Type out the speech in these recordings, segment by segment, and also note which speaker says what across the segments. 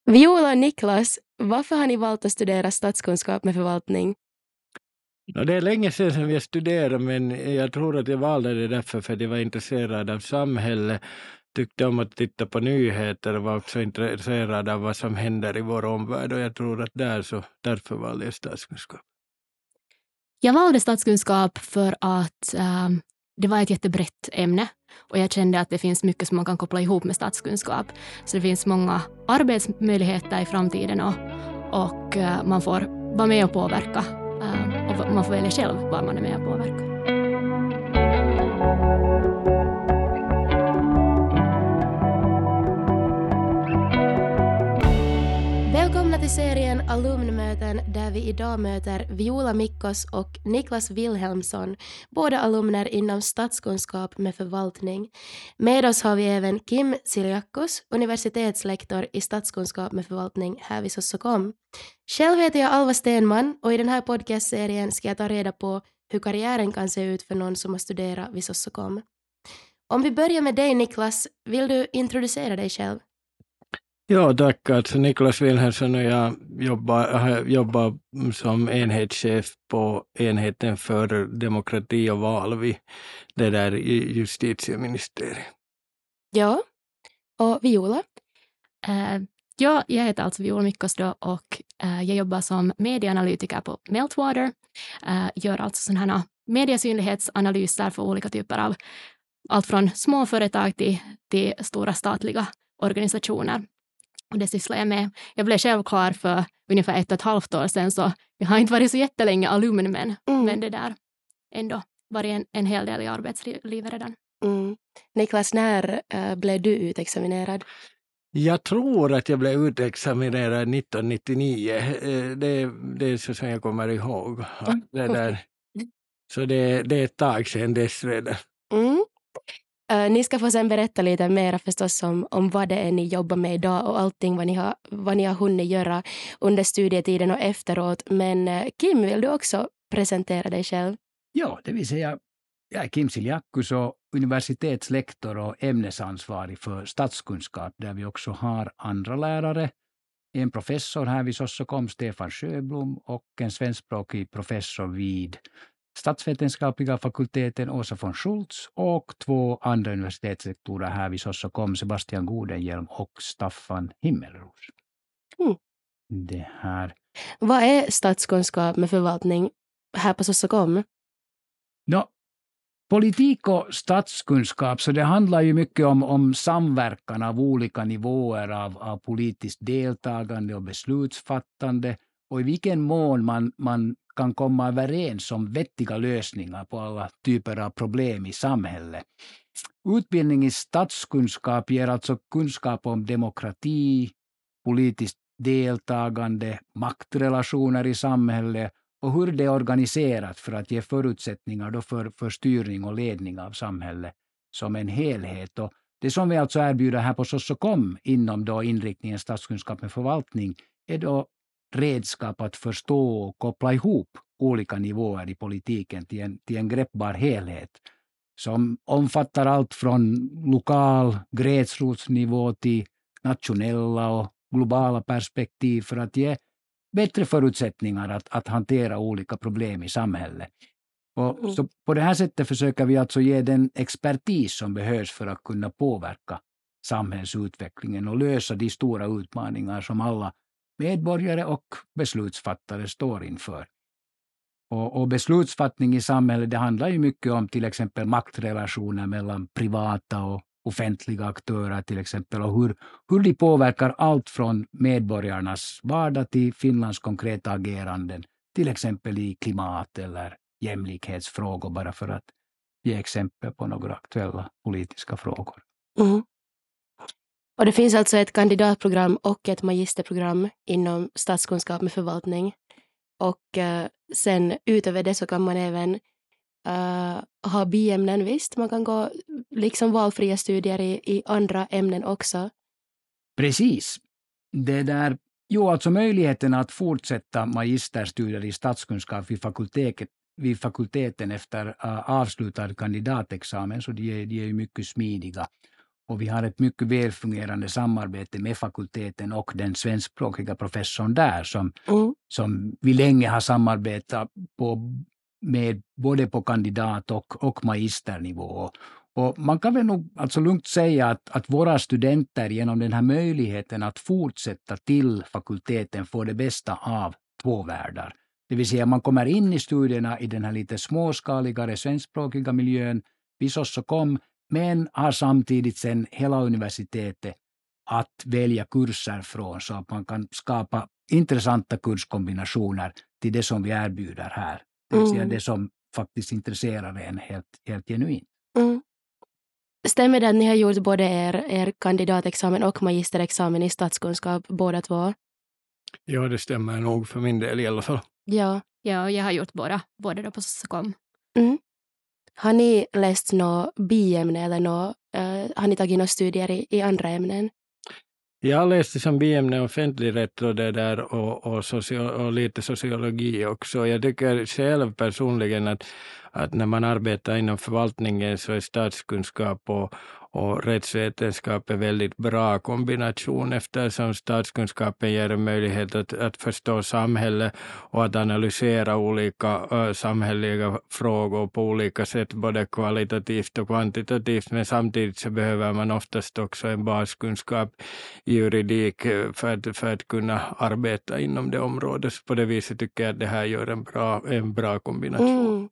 Speaker 1: Viola och Niklas, varför har ni valt att studera statskunskap med förvaltning?
Speaker 2: Det är länge sedan vi studerade, men jag tror att jag valde det därför för att jag var intresserad av samhället, tyckte om att titta på nyheter och var också intresserad av vad som händer i vår omvärld, och jag tror att därför valde jag statskunskap.
Speaker 3: Jag valde statskunskap för att det var ett jättebrett ämne och jag kände att det finns mycket som man kan koppla ihop med statskunskap. Så det finns många arbetsmöjligheter i framtiden och man får vara med och påverka och man får välja själv vad man är med och påverka.
Speaker 1: Välkomna till serien Alumnmöten där vi idag möter Viola Mikkos och Niklas Wilhelmsson, båda alumner inom statskunskap med förvaltning. Med oss har vi även Kim Siliakos, universitetslektor i statskunskap med förvaltning här vid Sossokom. Själv heter jag Alva Stenman och i den här podcastserien ska jag ta reda på hur karriären kan se ut för någon som har studerat vid Sossokom. Om vi börjar med dig Niklas, vill du introducera dig själv?
Speaker 2: Ja, tack. Alltså Niklas Wilhelmsson och jag jobbar som enhetschef på enheten för demokrati och val vid det där justitieministeriet.
Speaker 1: Ja, och Viola?
Speaker 3: Jag heter alltså Viola Mikkos då och jag jobbar som medieanalytiker på Meltwater. Gör alltså sådana här mediesynlighetsanalyser för olika typer av allt från små företag till stora statliga organisationer. Och det sysslar jag med. Jag blev själv klar för ungefär 1,5 år sedan så jag har inte varit så jättelänge alumn men det där ändå varit en hel del i arbetslivet redan.
Speaker 1: Niklas, när blev du utexaminerad?
Speaker 2: Jag tror att jag blev utexaminerad 1999. Det är så som jag kommer ihåg. Det där. Så det är ett tag sedan dess redan.
Speaker 1: Ni ska få sen berätta lite mer förstås om vad det är ni jobbar med idag och allting vad ni har hunnit göra under studietiden och efteråt. Men Kim, vill du också presentera dig själv?
Speaker 4: Ja, det vill säga jag är Kim Siliakos och universitetslektor och ämnesansvarig för statskunskap där vi också har andra lärare. En professor här vid Sossokom, Stefan Sjöblom, och en svenskspråkig professor vid statsvetenskapliga fakulteten, Åsa von Schultz, och 2 andra universitetslektorer här vid Sossokom, Sebastian Godenhjelm och Staffan Himmelros. Det här.
Speaker 1: Vad är statskunskap med förvaltning här på Sossokom?
Speaker 4: Politik och statskunskap, så det handlar ju mycket om samverkan av olika nivåer av politiskt deltagande och beslutsfattande och i vilken mån man kan komma överens om vettiga lösningar på alla typer av problem i samhället. Utbildning i statskunskap ger alltså kunskap om demokrati, politiskt deltagande, maktrelationer i samhället och hur det är organiserat för att ge förutsättningar då för styrning och ledning av samhället som en helhet. Och det som vi alltså erbjuder här på Sossokom inom då inriktningen statskunskap med förvaltning är då redskap att förstå och koppla ihop olika nivåer i politiken till en greppbar helhet som omfattar allt från lokal gräsrotsnivå till nationella och globala perspektiv för att ge bättre förutsättningar att hantera olika problem i samhället. Och så på det här sättet försöker vi alltså ge den expertis som behövs för att kunna påverka samhällsutvecklingen och lösa de stora utmaningar som alla medborgare och beslutsfattare står inför. Och beslutsfattning i samhället, det handlar ju mycket om till exempel maktrelationer mellan privata och offentliga aktörer till exempel och hur de påverkar allt från medborgarnas vardag till Finlands konkreta ageranden, till exempel i klimat- eller jämlikhetsfrågor, bara för att ge exempel på några aktuella politiska frågor.
Speaker 1: Och det finns alltså ett kandidatprogram och ett magisterprogram inom statskunskap med förvaltning. Och sen utöver det så kan man även ha biämnen, visst. Man kan gå liksom valfria studier i andra ämnen också.
Speaker 4: Precis. Det där, alltså möjligheten att fortsätta magisterstudier i statskunskap vid fakulteten efter avslutad kandidatexamen, så de är ju mycket smidiga. Och vi har ett mycket välfungerande samarbete med fakulteten och den svenskspråkiga professorn där som vi länge har samarbetat med både på kandidat- och magisternivå. Och man kan väl nog alltså lugnt säga att våra studenter genom den här möjligheten att fortsätta till fakulteten får det bästa av två världar. Det vill säga man kommer in i studierna i den här lite småskaligare svenskspråkiga miljön vid Sosso.com, men har samtidigt sen hela universitetet att välja kurser från så att man kan skapa intressanta kurskombinationer till det som vi erbjuder här. Det vill säga det som faktiskt intresserar en helt genuint.
Speaker 1: Mm. Stämmer det att ni har gjort både er kandidatexamen och magisterexamen i statskunskap båda två?
Speaker 2: Ja, det stämmer nog för min del i alla fall.
Speaker 1: Ja.
Speaker 3: Ja, jag har gjort båda då på Sosso.com.
Speaker 1: Mm. Har ni läst något biämne eller har ni tagit några studier i andra ämnen?
Speaker 2: Jag läste som biämne offentlig rätt och det där och lite sociologi också. Jag tycker själv personligen att när man arbetar inom förvaltningen så är statskunskap och rättsvetenskap en väldigt bra kombination eftersom statskunskapen ger en möjlighet att förstå samhället och att analysera olika samhälleliga frågor på olika sätt, både kvalitativt och kvantitativt, men samtidigt så behöver man oftast också en baskunskap i juridik för att kunna arbeta inom det området. Så på det viset tycker jag att det här gör en bra kombination.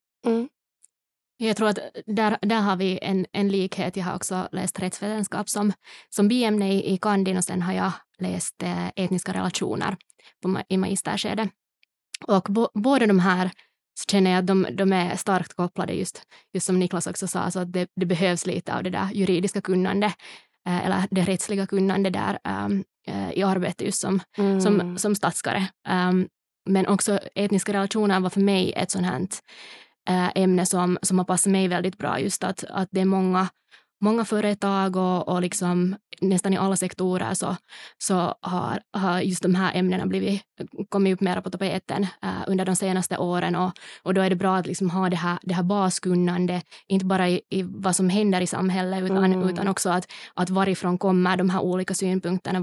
Speaker 3: Jag tror att där har vi en likhet. Jag har också läst rättsvetenskap som biämne i kandin och sen har jag läst etniska relationer i magisterskedet. Och båda de här så känner jag att de är starkt kopplade just som Niklas också sa, så att det behövs lite av det där juridiska kunnande eller det rättsliga kunnande där i arbetet just som statskare. Men också etniska relationer var för mig ett sånt här ämne som har passat mig väldigt bra, just att det är många företag och liksom nästan i alla sektorer så har just de här ämnena kommit upp mer på tapeten under de senaste åren och då är det bra att liksom ha det här baskunnande, inte bara i vad som händer i samhället utan också att varifrån kommer de här olika synpunkterna,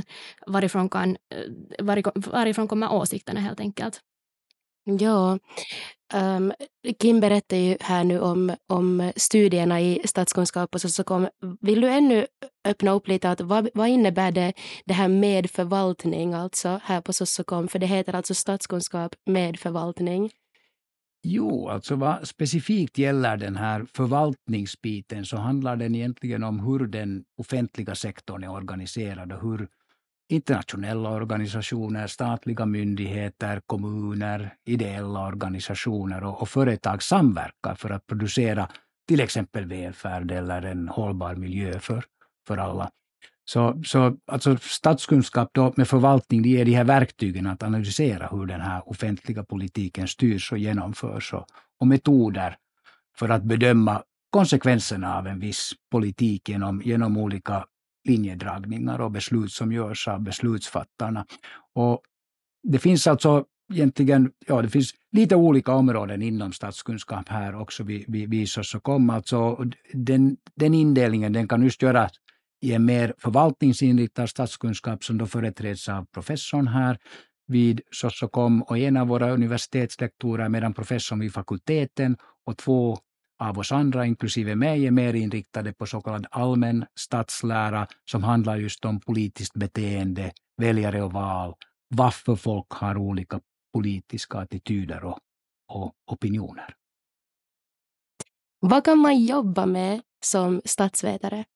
Speaker 3: varifrån kommer åsikterna helt enkelt.
Speaker 1: Ja, Kim berättar ju här nu om studierna i statskunskap och så kom. Vill du ännu öppna upp lite att vad innebär det här med förvaltning alltså här på Sosso.com, för det heter alltså statskunskap med förvaltning?
Speaker 4: Jo, alltså vad specifikt gäller den här förvaltningsbiten så handlar den egentligen om hur den offentliga sektorn är organiserad och hur internationella organisationer, statliga myndigheter, kommuner, ideella organisationer och företag samverkar för att producera till exempel välfärd eller en hållbar miljö för alla. Så alltså statskunskap då med förvaltning, det ger de här verktygen att analysera hur den här offentliga politiken styrs och genomförs och metoder för att bedöma konsekvenserna av en viss politik genom olika linjedragningar och beslut som görs av beslutsfattarna. Och det finns alltså egentligen, det finns lite olika områden inom statskunskap här också vid Sosso.com. Alltså den indelningen den kan just göras i en mer förvaltningsinriktad statskunskap som då företräds av professorn här vid Sosso.com och en av våra universitetslektorer, medan professorn vid fakulteten och två av oss andra, inklusive mig, är mer inriktade på så kallad allmän statslära som handlar just om politiskt beteende, väljare och val, varför folk har olika politiska attityder och opinioner.
Speaker 1: Vad kan man jobba med som statsvetare?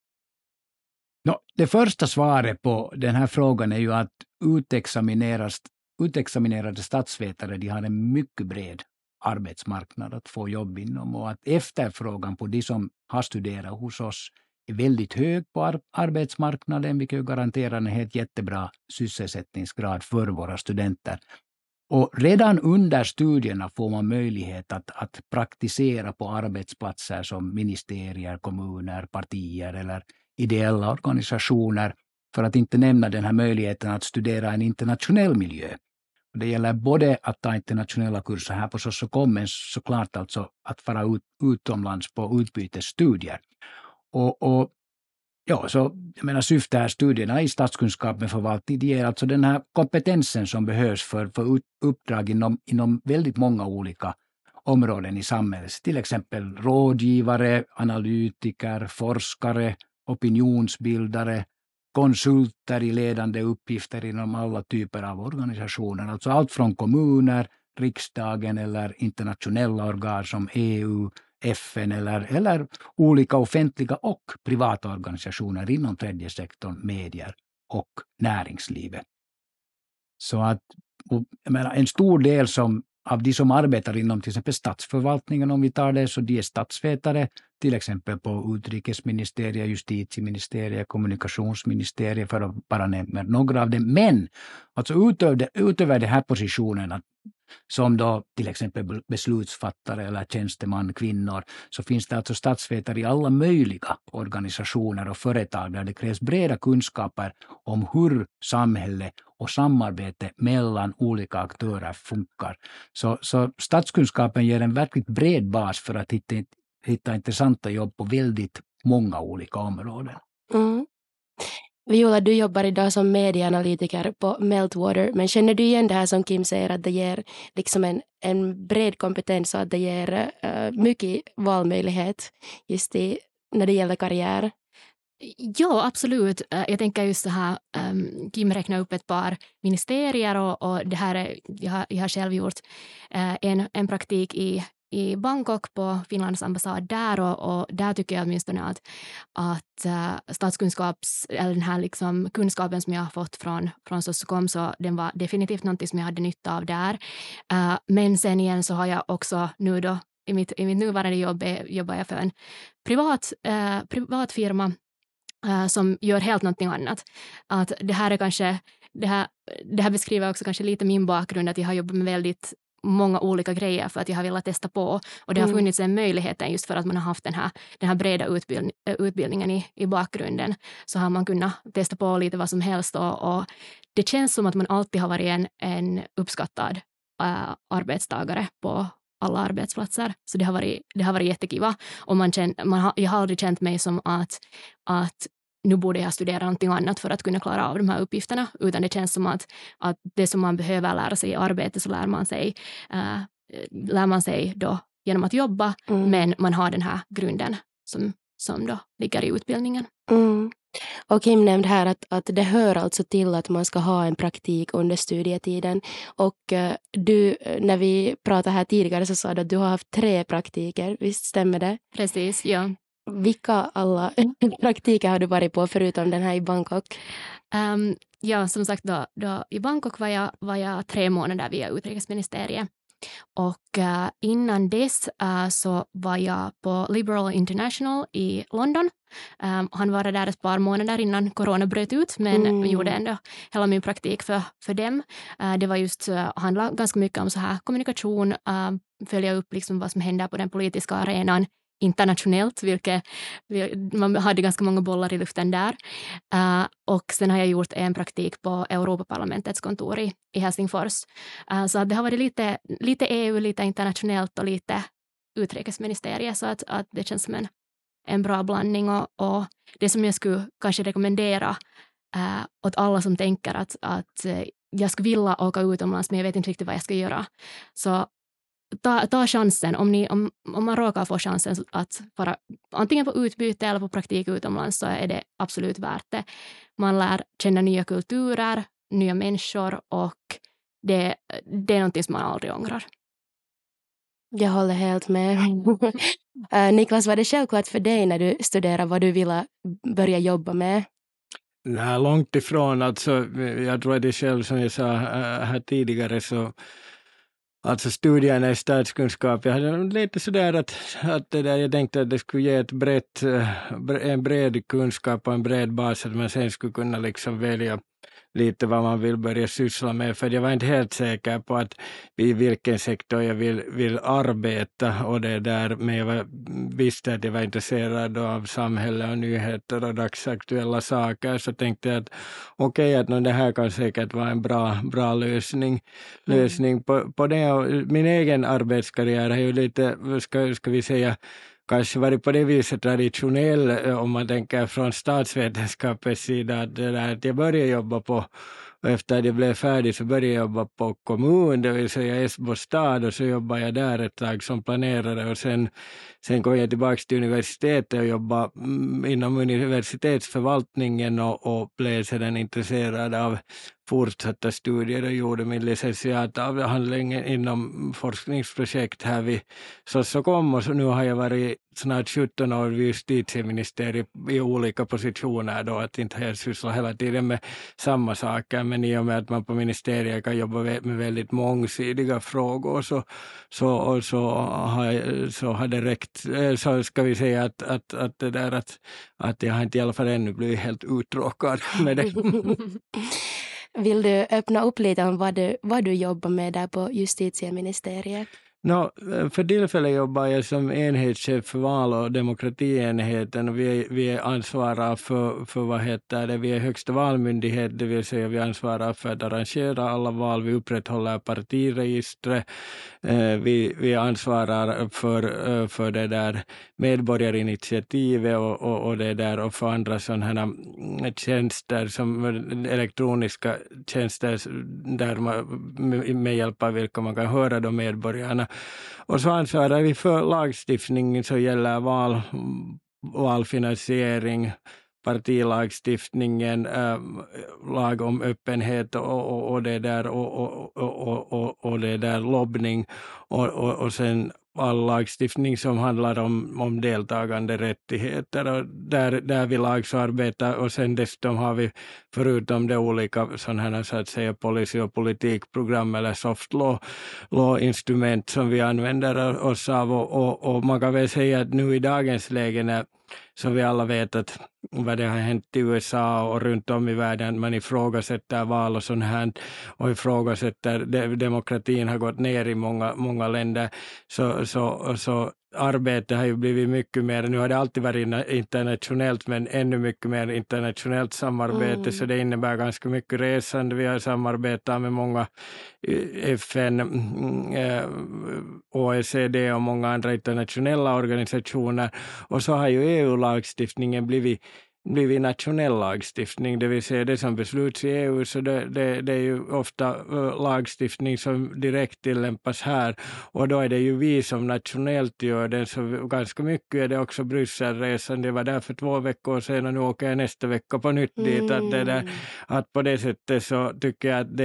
Speaker 4: Det första svaret på den här frågan är ju att utexaminerade statsvetare de har en mycket bred arbetsmarknad att få jobb inom och att efterfrågan på de som har studerat hos oss är väldigt hög på arbetsmarknaden, vilket garanterar en helt jättebra sysselsättningsgrad för våra studenter. Och redan under studierna får man möjlighet att praktisera på arbetsplatser som ministerier, kommuner, partier eller ideella organisationer, för att inte nämna den här möjligheten att studera en internationell miljö. Det gäller både att ta internationella kurser här på Sosso.com, men såklart alltså att fara utomlands på utbytesstudier. Och Ja, så jag menar syftet här studierna i statskunskap med förvaltning, det ger alltså den här kompetensen som behövs för uppdrag inom väldigt många olika områden i samhället. Till exempel rådgivare, analytiker, forskare, opinionsbildare, konsulter i ledande uppgifter inom alla typer av organisationer. Alltså allt från kommuner, riksdagen eller internationella organ som EU, FN eller olika offentliga och privata organisationer inom tredje sektorn, medier och näringslivet. Så att jag menar, en stor del av de som arbetar inom till exempel statsförvaltningen, om vi tar det, så de är statsvetare, till exempel på utrikesministeriet, justitieministeriet, kommunikationsministeriet, för att bara nämna några av dem. Men alltså utöver den här positionen, som då till exempel beslutsfattare eller tjänsteman, kvinnor, så finns det alltså statsvetare i alla möjliga organisationer och företag där det krävs breda kunskaper om hur samhälle och samarbete mellan olika aktörer funkar. Så statskunskapen ger en verkligt bred bas för att hitta intressanta jobb på väldigt många olika områden.
Speaker 1: Mm. Viola, du jobbar idag som medieanalytiker på Meltwater, men känner du igen det här som Kim säger, att det ger liksom en bred kompetens och att det ger mycket valmöjlighet just när det gäller karriär?
Speaker 3: Ja, absolut. Jag tänker just så här, Kim räknar upp ett par ministerier och det här jag har själv gjort en praktik i Bangkok på Finlands ambassad där och där tycker jag åtminstone att eller den här liksom kunskapen som jag har fått från Sosukom, så den var definitivt något som jag hade nytta av där. Men sen igen så har jag också nu då i mitt nuvarande jobb jobbar jag för en privat firma som gör helt någonting annat. Att det här är kanske det här beskriver också kanske lite min bakgrund, att jag har jobbat med väldigt många olika grejer för att jag har velat testa på, och det har funnits en möjlighet just för att man har haft den här breda utbildningen i bakgrunden, så har man kunnat testa på lite vad som helst och det känns som att man alltid har varit en uppskattad arbetstagare på alla arbetsplatser, så det har varit jättekiva, och jag har aldrig känt mig som att nu borde jag studera någonting annat för att kunna klara av de här uppgifterna, utan det känns som att det som man behöver lära sig i arbete, så lär man sig då genom att jobba, men man har den här grunden som då ligger i utbildningen.
Speaker 1: Mm. Och Kim nämnde här att det hör alltså till att man ska ha en praktik under studietiden, och du, när vi pratade här tidigare, så sa du att du har haft 3 praktiker, visst stämmer det?
Speaker 3: Precis, ja.
Speaker 1: Vilka alla praktiker har du varit på förutom den här i Bangkok?
Speaker 3: Ja, som sagt då i Bangkok var jag 3 månader via utrikesministeriet. Och innan dess så var jag på Liberal International i London. Han var där ett par månader innan corona bröt ut, men gjorde ändå hela min praktik för dem. Det var just handlade ganska mycket om så här kommunikation, följa upp liksom vad som händer på den politiska arenan internationellt, vilket man hade ganska många bollar i luften där. Och sen har jag gjort en praktik på Europaparlamentets kontor i Helsingfors. Så det har varit lite EU, lite internationellt och lite utrikesministeriet, så att det känns som en bra blandning, och det som jag skulle kanske rekommendera åt alla som tänker att jag skulle vilja åka utomlands men jag vet inte riktigt vad jag ska göra, så ta chansen. Om man råkar få chansen att vara antingen på utbyte eller på praktik utomlands, så är det absolut värt det. Man lär känna nya kulturer, nya människor, och det är någonting som man aldrig ångrar.
Speaker 1: Jag håller helt med. Niklas, var det självklart för dig när du studerade vad du ville börja jobba med?
Speaker 2: Nej, långt ifrån. Alltså, jag tror att det själv, som jag sa här tidigare, så alltså studierna i statskunskap, jag hade lite sådär att det där, jag tänkte att det skulle ge en bred kunskap och en bred bas, att man sen skulle kunna liksom välja lite vad man vill börja syssla med, för jag var inte helt säker på att i vilken sektor jag vill arbeta, och det där, men jag visste att jag var intresserad av samhälle och nyheter och dagsaktuella saker, så tänkte jag att okej, att det här kan säkert vara en bra lösning på det. Och min egen arbetskarriär är ju lite, ska vi säga, kanske varit på det viset traditionell om man tänker från statsvetenskapens sida att jag började jobba på, och efter att jag blev färdig så började jag jobba på kommun, det vill säga Esbo stad, och så jobbade jag där ett tag som planerare och sen kom jag tillbaka till universitetet och jobbade inom universitetsförvaltningen och blev sedan intresserad av fortsatta studier och gjorde min licentiatavhandling inom forskningsprojekt här vid Sossokom, och så nu har jag varit snart 17 år vid justitieministeriet i olika positioner då, att inte jag sysslar hela tiden med samma saker, men i och med att man på ministeriet kan jobba med väldigt mångsidiga frågor så har det räckt, så ska vi säga att det där att jag har inte i alla fall ännu blivit helt uttråkad med det.
Speaker 1: Vill du öppna upp lite om vad du jobbar med där på justitieministeriet?
Speaker 2: För tillfället jobbar jag som enhetschef för val- och demokratienheten, och vi är ansvariga för vad heter det, vi är högsta valmyndighet, det vill säga vi ansvarar för att arrangera alla val, vi upprätthåller partiregistret, vi ansvarar för det där medborgarinitiativet och det där, och för andra sådana tjänster som elektroniska tjänster där med hjälp av vilka man kan höra de medborgarna. Och så ansvarar vi för lagstiftning som gäller valfinansiering, partilagstiftningen, lag om öppenhet och det där och det där lobbning och sen all lagstiftning som handlar om deltagande rättigheter, och där vi lagsarbetar, och sen dessutom har vi förutom det olika sådana så att säga policy- och politikprogram eller soft law-instrument som vi använder oss av, och man kan väl säga att nu i dagens läge som vi alla vet att vad det har hänt i USA och runt om i världen, man ifrågasätter val och sånt här och ifrågasätter demokratin har gått ner i många länder, så arbetet har ju blivit mycket mer, nu har det alltid varit internationellt men ännu mycket mer internationellt samarbete, så det innebär ganska mycket resande, vi har samarbetat med många FN, OECD och många andra internationella organisationer, och så har ju EU-lagstiftningen blivit nationell lagstiftning, det vill säga det som besluts i EU, så det är ju ofta lagstiftning som direkt tillämpas här, och då är det ju vi som nationellt gör den, så ganska mycket är det också Brysselresan, det var där för 2 veckor sedan och nu åker jag nästa vecka på nytt dit, att på det sättet så tycker jag att det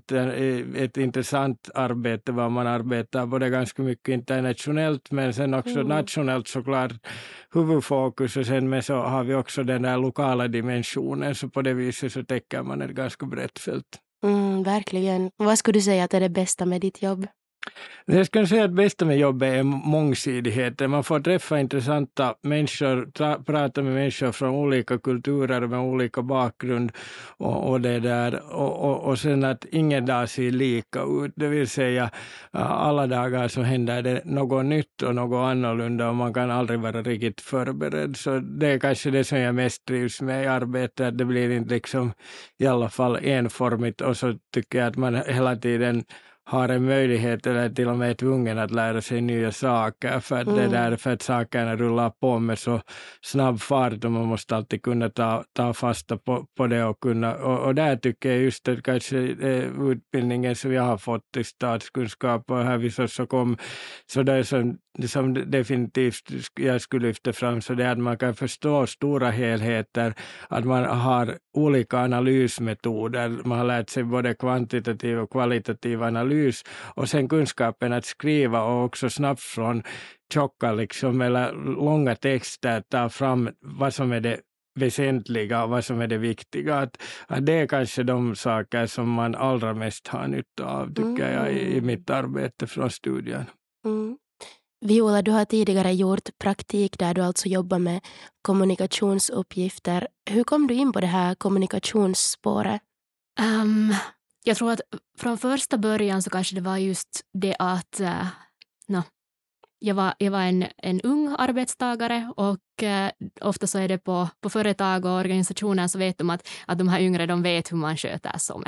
Speaker 2: är ett intressant arbete var man arbetar både ganska mycket internationellt men sen också nationellt såklart huvudfokus, och sen med så har vi också den där lokala dimensionen, så på det viset så täcker man ett ganska brett fält.
Speaker 1: Verkligen. Vad skulle du säga att är det bästa med ditt jobb?
Speaker 2: Jag skulle säga att bästa med jobbet är mångsidigheten. Man får träffa intressanta människor, prata med människor från olika kulturer med olika bakgrund och det där. Och sen att ingen dag ser lika ut. Det vill säga alla dagar så händer det något nytt och något annorlunda och man kan aldrig vara riktigt förberedd. Så det är kanske det som jag mest trivs med i arbetet. Att det blir inte liksom i alla fall enformigt, och så tycker jag att man hela tiden har en möjlighet eller till och med tvungen att lära sig nya saker för att det där, för att sakerna rullar på med så snabb fart och man måste alltid kunna ta fasta på det och kunna, och där tycker jag just att kanske utbildningen som jag har fått i statskunskap och här vid Sossokom, så det är som definitivt jag skulle lyfta fram, så det är att man kan förstå stora helheter, att man har olika analysmetoder, man har lärt sig både kvantitativ och kvalitativ analys, och sen kunskapen att skriva och också snabbt från tjocka liksom, eller långa texter ta fram vad som är det väsentliga och vad som är det viktiga. Att det är kanske de saker som man allra mest har nytta av, tycker jag, i mitt arbete från studien.
Speaker 1: Viola, du har tidigare gjort praktik där du alltså jobbar med kommunikationsuppgifter. Hur kom du in på det här kommunikationsspåret?
Speaker 3: Jag tror att från första början så kanske det var just det att jag var en ung arbetstagare och ofta så är det på företag och organisationer så vet de att de här yngre de vet hur man sköter som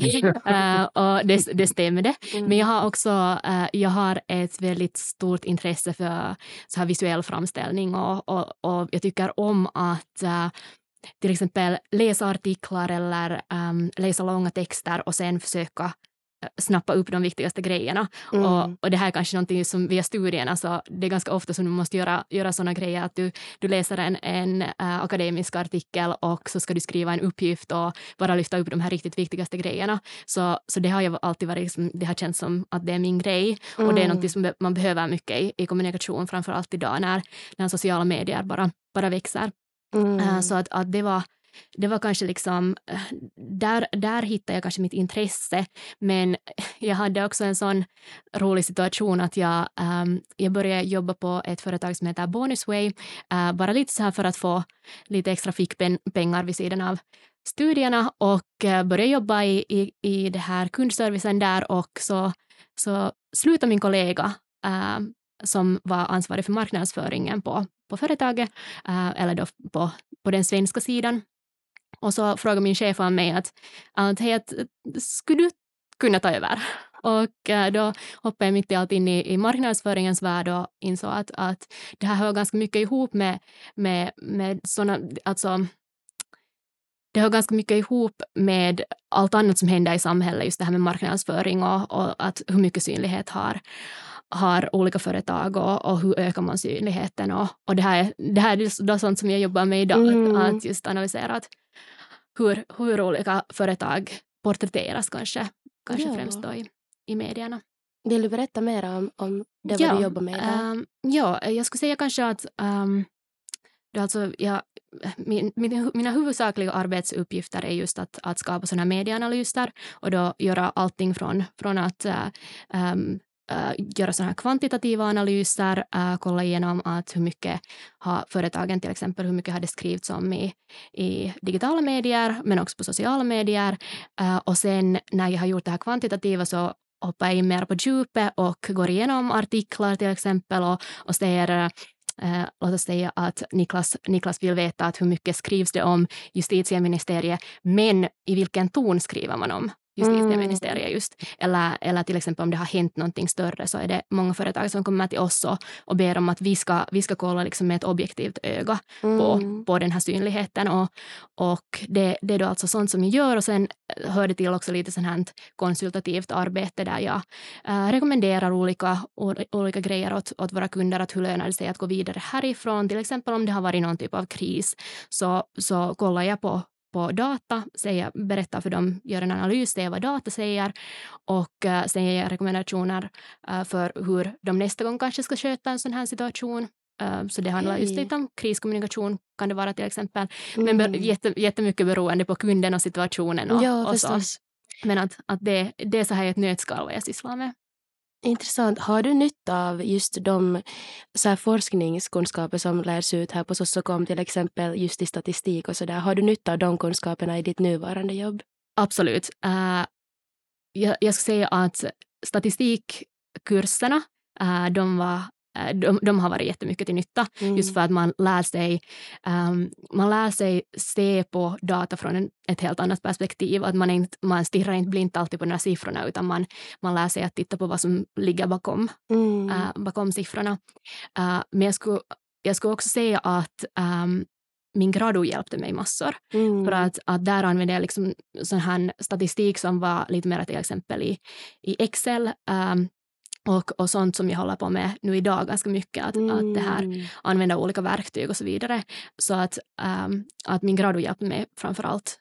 Speaker 3: och det stämmer det. Men jag har också jag har ett väldigt stort intresse för så här visuell framställning och jag tycker om att till exempel läsa artiklar eller läsa långa texter och sen försöka snappa upp de viktigaste grejerna. Och det här är kanske någonting som via studierna, så det är ganska ofta som du måste göra sådana grejer att du läser en akademisk artikel och så ska du skriva en uppgift och bara lyfta upp de här riktigt viktigaste grejerna. Så det har ju alltid varit liksom, det har känts som att det är min grej och det är någonting som man behöver mycket i kommunikation, framförallt idag när sociala medier bara växer. Så att det var kanske liksom, där hittade jag kanske mitt intresse, men jag hade också en sån rolig situation att jag började jobba på ett företag som heter Bonusway, bara lite så här för att få lite extra fickpengar vid sidan av studierna och började jobba i det här kundservicen där och så slutade min kollega som var ansvarig för marknadsföringen på företaget, eller då på den svenska sidan. Och så frågade min chef om mig att skulle du kunna ta över? Och då hoppade jag mitt i allt in i marknadsföringens värld och insåg att det här hör ganska mycket ihop med sådana, alltså det hör ganska mycket ihop med allt annat som händer i samhället, just det här med marknadsföring och att hur mycket synlighet har olika företag och hur ökar man synligheten och det här är då sånt som jag jobbar med idag, att just analysera att hur olika företag porträtteras kanske främst då i medierna.
Speaker 1: Vill du berätta mer om det vad du jobbar med idag?
Speaker 3: Jag skulle säga kanske att alltså, mina huvudsakliga arbetsuppgifter är just att skapa sådana här medieanalyser och då göra allting från att göra sådana här kvantitativa analyser, kolla igenom att hur mycket har företagen till exempel, hur mycket har det skrivits om i digitala medier men också på sociala medier, och sen när jag har gjort det här kvantitativa så hoppar jag in mer på djupet och går igenom artiklar till exempel och säger låt oss säga att Niklas vill veta att hur mycket skrivs det om justitieministeriet, men i vilken ton skriver man om justitieministeriet just. Eller till exempel om det har hänt någonting större så är det många företag som kommer till oss och ber om att vi ska kolla liksom med ett objektivt öga på den här synligheten. Och det är då alltså sånt som jag gör och sen hör det till också lite sånt här konsultativt arbete där jag rekommenderar olika grejer åt våra kunder, att hur lönar det sig att gå vidare härifrån. Till exempel om det har varit någon typ av kris så kollar jag på data, berättar för dem, gör en analys, säger vad data säger och sen ger jag rekommendationer för hur de nästa gång kanske ska sköta en sån här situation. Så det handlar just lite om kriskommunikation kan det vara till exempel, men jättemycket beroende på kunden och situationen och så. Men att det är så här ett nötskal vad jag sysslar med.
Speaker 1: Intressant. Har du nytta av just de så här forskningskunskaper som lärs ut här på Sossokom, till exempel just i statistik och sådär? Har du nytta av de kunskaperna i ditt nuvarande jobb?
Speaker 3: Absolut. Jag ska säga att statistikkurserna, de har varit jättemycket till nytta. Just för att man lär sig se på data från ett helt annat perspektiv. Att man stirrar inte blint alltid på de här siffrorna utan man lär sig att titta på vad som ligger bakom siffrorna. Men jag skulle också säga att min gradu hjälpte mig massor. För att där använde jag liksom sån här statistik som var lite mer till exempel i Excel och sånt som jag håller på med nu idag ganska mycket, att det här använda olika verktyg och så vidare. Så att min gradu hjälper mig framförallt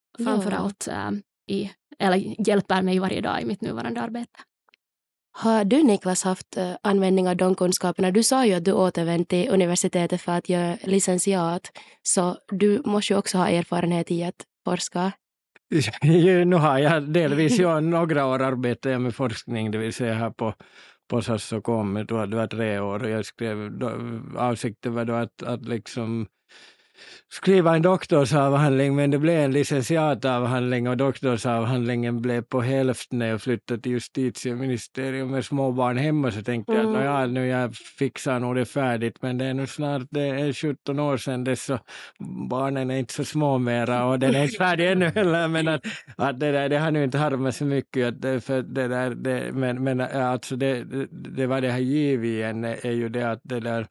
Speaker 3: eller hjälper mig varje dag i mitt nuvarande arbete.
Speaker 1: Har du, Niklas, haft användning av de kunskaperna? Du sa ju att du återvänt till universitetet för att göra licentiat, så du måste ju också ha erfarenhet i att forska.
Speaker 2: Nu har jag delvis några år arbetat med forskning, det vill säga här på Sossokom. Det var 3 år och jag skrev, avsikten var då att liksom skriva en doktorsavhandling, men det blev en licentiatavhandling och doktorsavhandlingen blev på hälften när jag flyttade till justitieministerium med småbarn hemma, så tänkte jag att nu jag fixar nog det färdigt, men det är nu snart, det är 17 år sedan dess, så barnen är inte så små mera och den är inte färdig ännu heller, men att det har nu inte harmat så mycket, för det där, men alltså det var det här givet är ju det att det där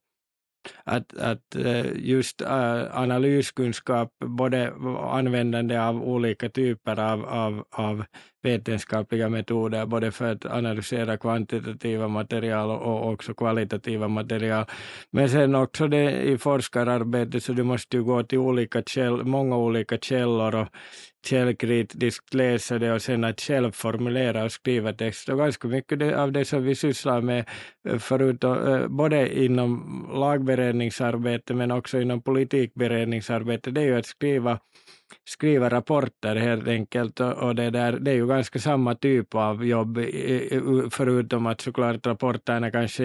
Speaker 2: att just analyskunskap, både användande av olika typer av vetenskapliga metoder, både för att analysera kvantitativa material och också kvalitativa material. Men sen också det i forskararbete, så du måste ju gå till många olika källor och källkritiskt läsa det och sen att själv formulera och skriva text. Och ganska mycket av det som vi sysslar med förutom, både inom lagberedningsarbete men också inom politikberedningsarbete, det är ju att skriva rapporter helt enkelt, och det är ju ganska samma typ av jobb, förutom att såklart rapporterna kanske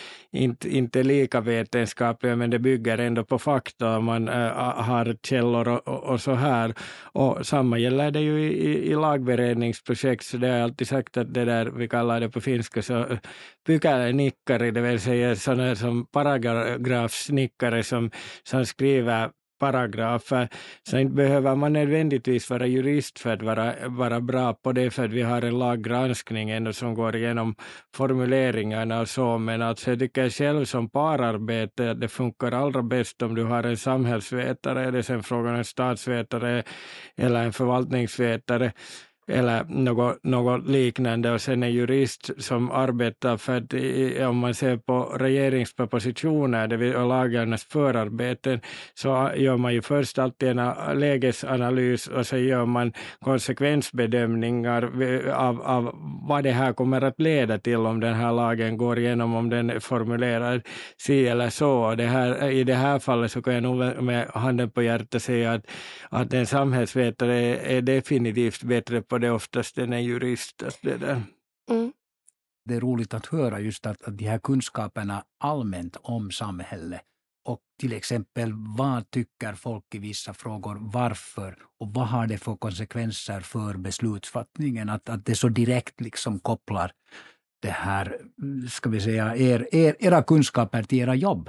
Speaker 2: inte är lika vetenskapliga, men det bygger ändå på fakta och man har källor och så här, och samma gäller det ju i lagberedningsprojekt, så det har jag alltid sagt att det där, vi kallar det på finska så pykälnickare, det vill säga sådana som paragrafsnickare som skriver paragrafer, så inte behöver man nödvändigtvis vara jurist för att vara bra på det, för att vi har en laggranskning ändå som går igenom formuleringarna och så, men alltså jag tycker själv som pararbete det funkar allra bäst om du har en samhällsvetare, eller sen frågan en statsvetare eller en förvaltningsvetare eller något liknande, och sen en jurist som arbetar för att om man ser på regeringspropositioner och lagarnas förarbeten, så gör man ju först alltid en lägesanalys och så gör man konsekvensbedömningar av vad det här kommer att leda till om den här lagen går igenom, om den formulerar sig eller så. I det här fallet så kan jag nog med handen på hjärtat säga att en samhällsvetare är definitivt bättre på det oftast än en jurist. Det där.
Speaker 4: Det är roligt att höra just att de här kunskaperna allmänt om samhället och till exempel vad tycker folk i vissa frågor, varför och vad har det för konsekvenser för beslutsfattningen, att det så direkt liksom kopplar det här, ska vi säga, era kunskaper till era jobb.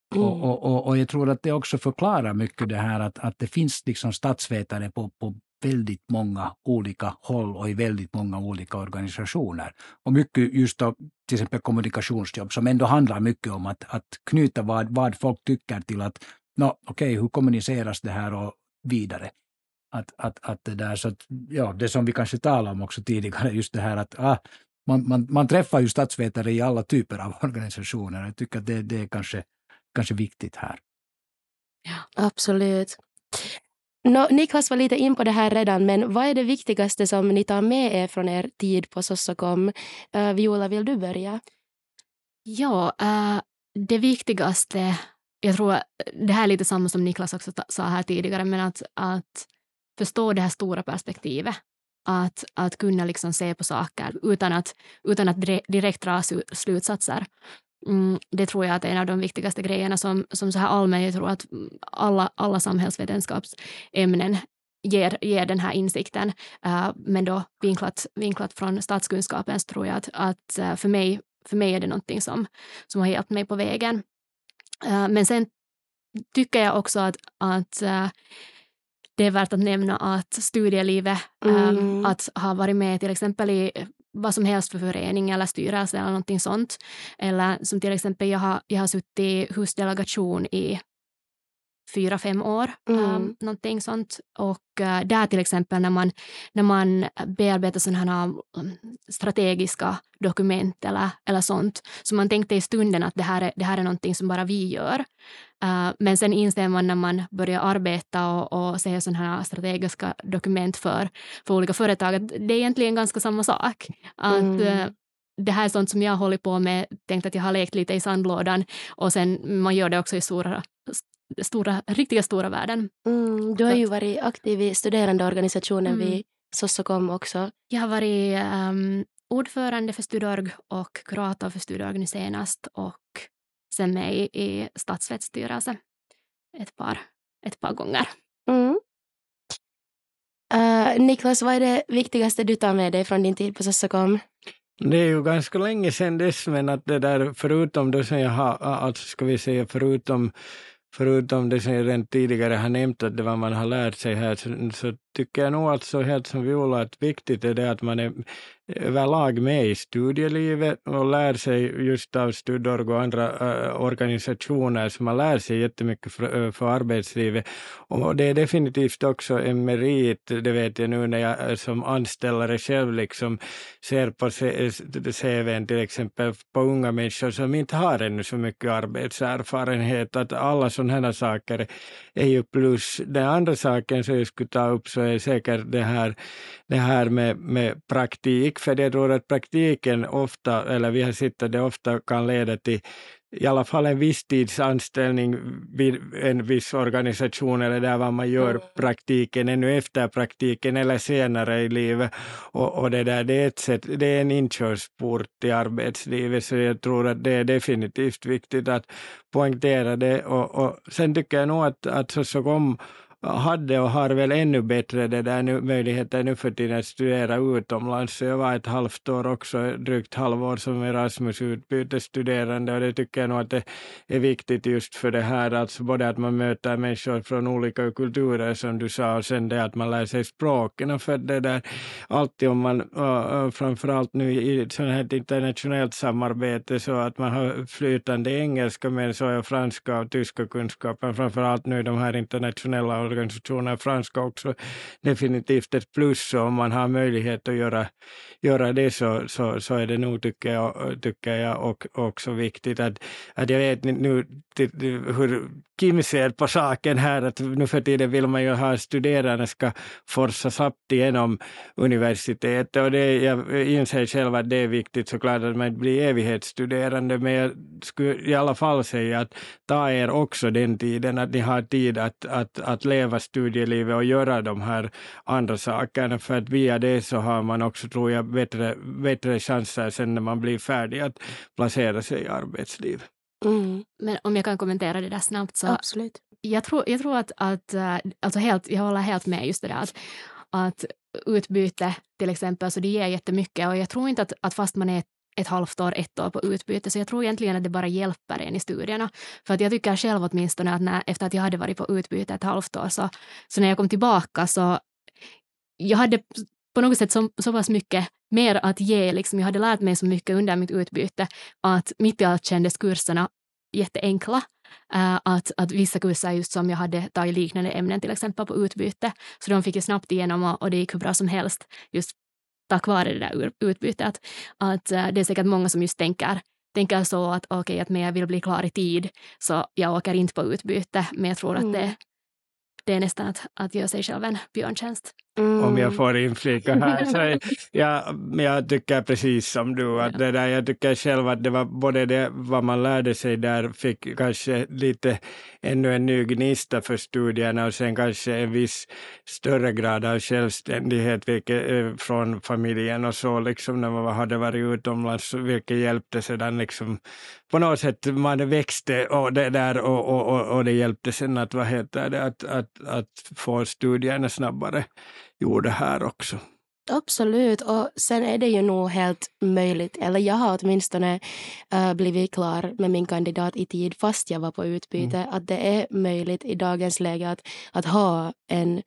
Speaker 4: Och jag tror att det också förklarar mycket det här att det finns liksom statsvetare på väldigt många olika håll och i väldigt många olika organisationer. Och mycket just då, till exempel kommunikationsjobb som ändå handlar mycket om att knyta vad folk tycker till att hur kommuniceras det här och vidare. Att det där, så att, ja, det som vi kanske talade om också tidigare, just det här att man träffar ju statsvetare i alla typer av organisationer. Jag tycker att det är kanske viktigt här.
Speaker 1: Ja, absolut. Niklas var lite in på det här redan, men vad är det viktigaste som ni tar med er från er tid på Sossokom? Viola, vill du börja?
Speaker 3: Ja, det viktigaste, jag tror det här är lite samma som Niklas också sa här tidigare, men att förstå det här stora perspektivet. Att kunna liksom se på saker utan att direkt dra slutsatser. Det tror jag att är en av de viktigaste grejerna som så här allmänt, jag tror att alla samhällsvetenskapsämnen ger den här insikten, men då vinklat från statskunskapen, så tror jag att för mig är det någonting som har hjälpt mig på vägen. Men sen tycker jag också att det är värt att nämna att studielivet, att ha varit med till exempel i vad som helst för förening eller styrelse eller någonting sånt. Eller som till exempel jag har suttit i husdelegation i 4-5 år, någonting sånt. Och där till exempel när man bearbetar sådana här strategiska dokument eller sånt, så man tänkte i stunden att det här är någonting som bara vi gör. Men sen inser man när man börjar arbeta och se sådana här strategiska dokument för olika företag att det är egentligen ganska samma sak. Att det här är sånt som jag håller på med, tänkt att jag har lekt lite i sandlådan, och sen man gör det också i riktiga stora världen.
Speaker 1: Du har ju varit aktiv i studerandeorganisationen vid Sossokom också.
Speaker 3: Jag har varit ordförande för Studorg och kurator för Studorg nu senast, och sen med i statsvettstyrelse ett ett par gånger.
Speaker 1: Niklas, vad är det viktigaste du tar med dig från din tid på Sassacom?
Speaker 2: Det är ju ganska länge sedan dess, men att det där förutom det som jag har, alltså ska vi säga förutom det som jag redan tidigare har nämnt, att det vad man har lärt sig här, så tycker jag nog alltså helt som Viola att viktigt är det att man är överlag med i studielivet och lär sig just av Studorg och andra organisationer, som man lär sig jättemycket för arbetslivet. Och det är definitivt också en merit, det vet jag nu när jag som anställare själv liksom ser på CV:n till exempel på unga människor som inte har ännu så mycket arbetserfarenhet, att alla sådana här saker är ju plus. Den andra saken som jag skulle ta upp så är säkert det här med praktik, för jag tror att praktiken ofta, eller vi har sett att det ofta kan leda till i alla fall en viss tidsanställning vid en viss organisation eller där vad man gör praktiken ännu efter praktiken eller senare i livet, och det där, det är ett sätt, det är en inkörsport i arbetslivet, så jag tror att det är definitivt viktigt att poängtera det, och sen tycker jag nog att Sassacom hade och har väl ännu bättre det där möjligheter nu för tiden att studera utomlands. Så jag var ett halvt år också, drygt halvår som Erasmus-utbytesstuderande, och det tycker jag nog att det är viktigt just för det här, alltså både att man möter människor från olika kulturer som du sa, och sen det att man lär sig språken, och för det där alltid om man framförallt nu i sådant här internationellt samarbete så att man har flytande engelska men så är franska och tyska kunskaper, framförallt nu de här internationella organisationer, franska också definitivt ett plus, så om man har möjlighet att göra det så är det nog tycker jag och också viktigt att jag vet nu hur Kim ser på saken här, att nu för tiden vill man ju ha studerande ska forsa snabbt igenom universitetet, och jag inser själv att det är viktigt såklart att man inte blir evighetsstuderande, men jag skulle i alla fall säga att ta er också den tiden, att ni har tid att leva studielivet och göra de här andra sakerna, för att via det så har man också, tror jag, bättre chanser sen när man blir färdig att placera sig i arbetslivet.
Speaker 3: Men om jag kan kommentera det där snabbt, så
Speaker 1: Absolut.
Speaker 3: jag tror att alltså jag håller helt med just det där att utbyte till exempel, så det ger jättemycket, och jag tror inte att fast man är ett halvt år, ett år på utbyte, så jag tror egentligen att det bara hjälper en i studierna, för att jag tycker själv åtminstone att efter att jag hade varit på utbyte ett halvt år, så när jag kom tillbaka så jag hade på något sätt så pass mycket mer att ge, liksom jag hade lärt mig så mycket under mitt utbyte att mitt i allt kändes kurserna jätteenkla, att vissa kurser just som jag hade tagit liknande ämnen till exempel på utbyte, så de fick jag snabbt igenom och det gick hur bra som helst just tack vare det där utbytet, att det är säkert många som just tänker så att okej, att men jag vill bli klar i tid så jag åker inte på utbyte, men jag tror att det är nästan att göra sig själv en björntjänst.
Speaker 2: Om jag får inflika här, så jag tycker precis som du, att det där, jag tycker själv att det var både det vad man lärde sig där fick kanske lite ännu en ny gnista för studierna, och sen kanske en viss större grad av självständighet från familjen och så, liksom när man hade varit utomlands, vilket hjälpte sedan liksom på något sätt man växte och det där och det hjälpte sen att vad heter det att få studierna snabbare gjorde här också.
Speaker 1: Absolut, och sen är det ju nog helt möjligt, eller jag har åtminstone blivit klar med min kandidat i tid fast jag var på utbyte, att det är möjligt i dagens läge att ha en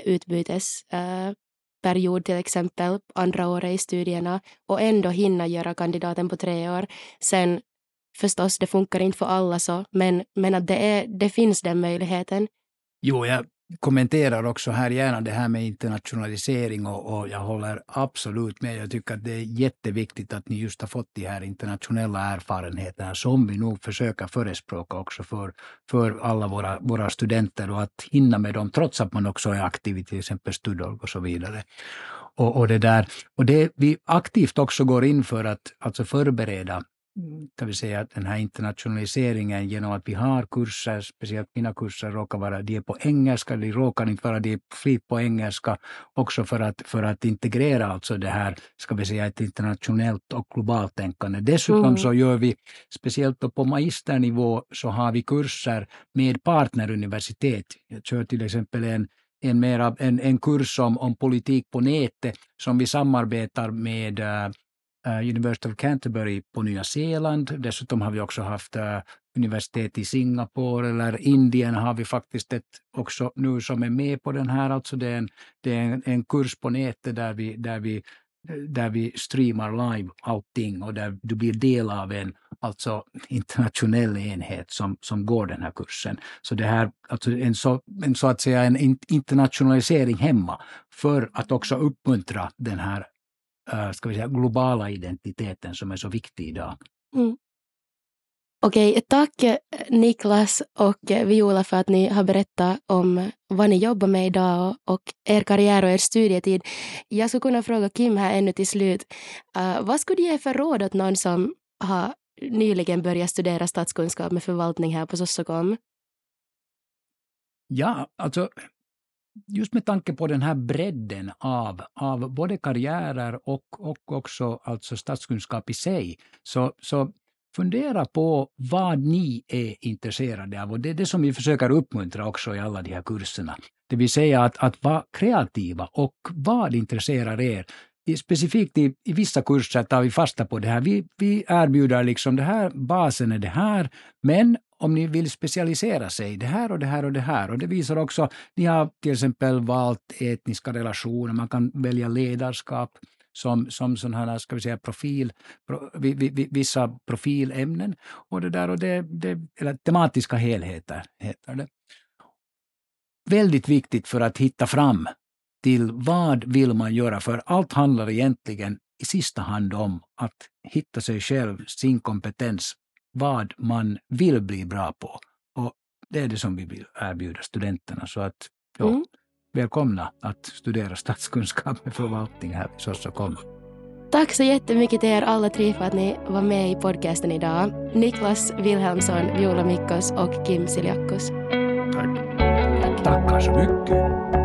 Speaker 1: utbytesperiod till exempel andra året i studierna och ändå hinna göra kandidaten på 3 år. Sen förstås, det funkar inte för alla så, men att det finns den möjligheten.
Speaker 4: Jo, jag kommenterar också här gärna det här med internationalisering och jag håller absolut med. Jag tycker att det är jätteviktigt att ni just har fått de här internationella erfarenheterna som vi nog försöker förespråka också för alla våra studenter, och att hinna med dem trots att man också är aktiv i till exempel Studorg och så vidare. Och det där, och det vi aktivt också går in för att alltså förbereda kan vi säga, den här internationaliseringen genom att vi har kurser, speciellt mina kurser råkar vara de är på engelska, de råkar inte vara de flit på engelska, också för att integrera alltså det här, ska vi säga, ett internationellt och globalt tänkande. Dessutom så gör vi, speciellt på magisternivå, så har vi kurser med partneruniversitet. Jag kör till exempel en kurs om politik på nätet som vi samarbetar med University of Canterbury på Nya Zeeland. Dessutom har vi också haft universitet i Singapore eller Indien har vi faktiskt ett också nu som är med på den här. Alltså det är en kurs på nätet där vi streamar live allting och där du blir del av en alltså internationell enhet som går den här kursen. Så det här alltså en så att säga en internationalisering hemma för att också uppmuntra den här ska vi säga, globala identiteten som är så viktig idag.
Speaker 1: Okej, tack Niklas och Viola för att ni har berättat om vad ni jobbar med idag och er karriär och er studietid. Jag skulle kunna fråga Kim här ännu till slut. Vad skulle du ge för råd åt någon som har nyligen börjat studera statskunskap med förvaltning här på Sossokom?
Speaker 4: Ja, alltså just med tanke på den här bredden av både karriärer och också alltså statskunskap i sig, så fundera på vad ni är intresserade av. Och det är det som vi försöker uppmuntra också i alla de här kurserna. Det vill säga att vara kreativa och vad intresserar er. Specifikt i vissa kurser tar vi fasta på det här. Vi erbjuder liksom det här, basen är det här, men om ni vill specialisera sig, det här och det här och det här. Och det visar också, ni har till exempel valt etniska relationer, man kan välja ledarskap som sådana här, ska vi säga, vissa profilämnen. Och det eller tematiska helheter heter det. Väldigt viktigt för att hitta fram till vad vill man göra, för allt handlar egentligen i sista hand om att hitta sig själv, sin kompetens, vad man vill bli bra på. Och det är det som vi vill erbjuda studenterna. Så att välkomna att studera statskunskap med förvaltning här i Sossokom.
Speaker 1: Tack så jättemycket till er alla tre för att ni var med i podcasten idag. Niklas Wilhelmsson, Viola Mikkos och Kim Siljakos.
Speaker 4: Tack. Tackar så mycket.